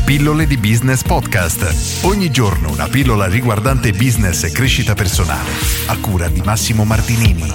Pillole di Business Podcast. Ogni giorno una pillola riguardante business e crescita personale. A cura di Massimo Martinini.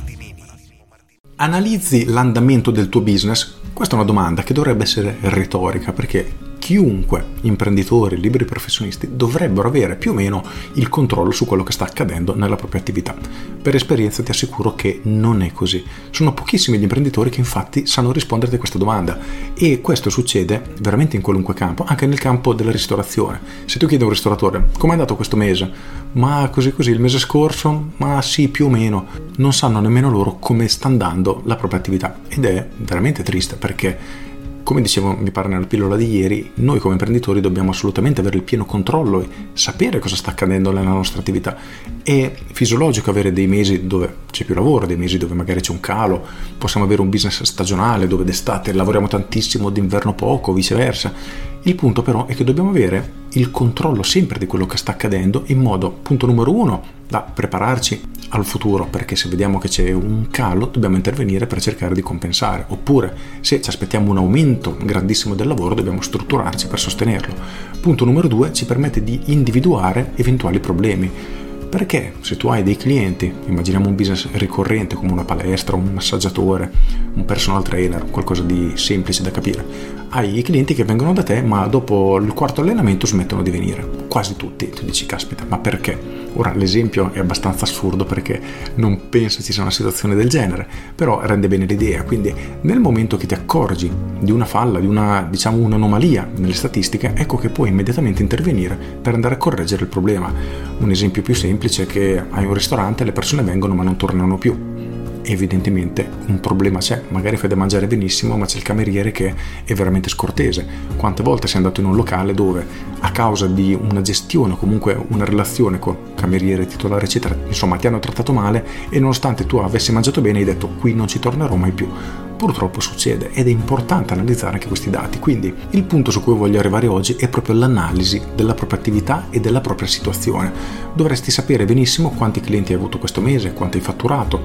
Analizzi l'andamento del tuo business? Questa è una domanda che dovrebbe essere retorica, perché chiunque, imprenditori, liberi professionisti, dovrebbero avere più o meno il controllo su quello che sta accadendo nella propria attività. Per esperienza ti assicuro che non è così. Sono pochissimi gli imprenditori che infatti sanno rispondere a questa domanda, e questo succede veramente in qualunque campo, anche nel campo della ristorazione. Se tu chiedi a un ristoratore come è andato questo mese, ma così il mese scorso, ma sì, più o meno, non sanno nemmeno loro come sta andando la propria attività, ed è veramente triste, perché come dicevo, mi pare nella pillola di ieri, noi come imprenditori dobbiamo assolutamente avere il pieno controllo e sapere cosa sta accadendo nella nostra attività. È fisiologico avere dei mesi dove c'è più lavoro, dei mesi dove magari c'è un calo, possiamo avere un business stagionale dove d'estate lavoriamo tantissimo, d'inverno poco, viceversa. Il punto però è che dobbiamo avere il controllo sempre di quello che sta accadendo, in modo, punto numero 1, da prepararci al futuro, perché se vediamo che c'è un calo dobbiamo intervenire per cercare di compensare, oppure se ci aspettiamo un aumento grandissimo del lavoro dobbiamo strutturarci per sostenerlo. Punto numero 2, ci permette di individuare eventuali problemi, perché se tu hai dei clienti, immaginiamo un business ricorrente come una palestra, un massaggiatore, un personal trainer, qualcosa di semplice da capire, hai i clienti che vengono da te ma dopo il quarto allenamento smettono di venire, quasi tutti. Tu dici, caspita, ma perché? Ora l'esempio è abbastanza assurdo perché non penso ci sia una situazione del genere, però rende bene l'idea. Quindi nel momento che ti accorgi di una falla, di un'anomalia nelle statistiche, ecco che puoi immediatamente intervenire per andare a correggere il problema. Un esempio più semplice è che hai un ristorante, le persone vengono ma non tornano più. Evidentemente un problema c'è, magari fai da mangiare benissimo ma c'è il cameriere che è veramente scortese. Quante volte sei andato in un locale dove a causa di una gestione o comunque una relazione con cameriere, titolare eccetera, insomma ti hanno trattato male e nonostante tu avessi mangiato bene hai detto qui non ci tornerò mai più. Purtroppo succede ed è importante analizzare anche questi dati. Quindi il punto su cui voglio arrivare oggi è proprio l'analisi della propria attività e della propria situazione. Dovresti sapere benissimo quanti clienti hai avuto questo mese, quanto hai fatturato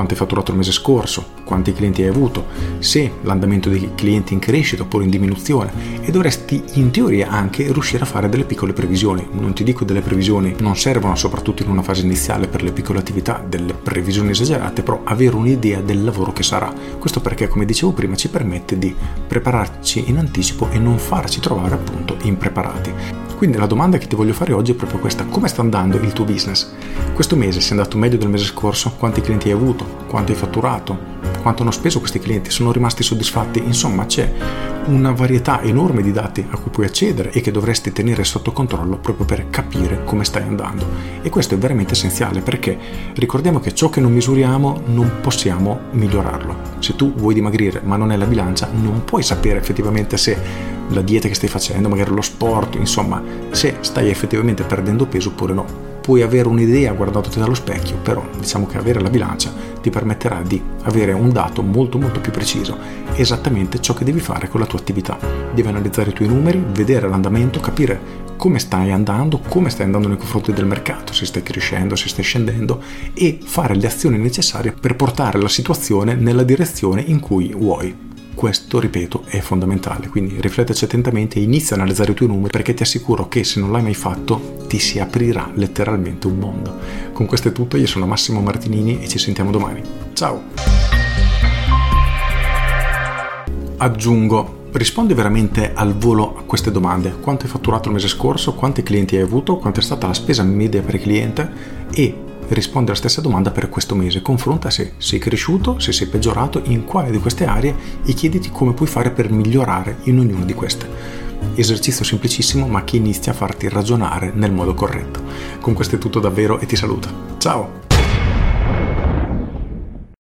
il mese scorso, quanti clienti hai avuto, se l'andamento dei clienti è in crescita oppure in diminuzione, e dovresti in teoria anche riuscire a fare delle piccole previsioni. Non ti dico delle previsioni, non servono soprattutto in una fase iniziale per le piccole attività, delle previsioni esagerate, però avere un'idea del lavoro che sarà. Questo perché, come dicevo prima, ci permette di prepararci in anticipo e non farci trovare appunto impreparati. Quindi la domanda che ti voglio fare oggi è proprio questa: come sta andando il tuo business? Questo mese sei andato meglio del mese scorso? Quanti clienti hai avuto? Quanto hai fatturato? Quanto hanno speso questi clienti? Sono rimasti soddisfatti? Insomma, c'è una varietà enorme di dati a cui puoi accedere e che dovresti tenere sotto controllo proprio per capire come stai andando. E questo è veramente essenziale, perché ricordiamo che ciò che non misuriamo non possiamo migliorarlo. Se tu vuoi dimagrire ma non hai la bilancia, non puoi sapere effettivamente se la dieta che stai facendo, magari lo sport, insomma, se stai effettivamente perdendo peso oppure no. Puoi avere un'idea guardandoti dallo specchio, però diciamo che avere la bilancia ti permetterà di avere un dato molto più preciso, esattamente ciò che devi fare con la tua attività. Devi analizzare i tuoi numeri, vedere l'andamento, capire come stai andando nei confronti del mercato, se stai crescendo, se stai scendendo, e fare le azioni necessarie per portare la situazione nella direzione in cui vuoi. Questo, ripeto, è fondamentale, quindi rifletteci attentamente e inizia a analizzare i tuoi numeri, perché ti assicuro che se non l'hai mai fatto ti si aprirà letteralmente un mondo. Con questo è tutto, io sono Massimo Martinini e ci sentiamo domani. Ciao! Aggiungo, rispondi veramente al volo a queste domande: quanto hai fatturato il mese scorso, quanti clienti hai avuto, quanto è stata la spesa media per cliente, e rispondi alla stessa domanda per questo mese. Confronta se sei cresciuto, se sei peggiorato, in quale di queste aree, e chiediti come puoi fare per migliorare in ognuna di queste. Esercizio semplicissimo ma che inizia a farti ragionare nel modo corretto. Con questo è tutto davvero e ti saluto. Ciao!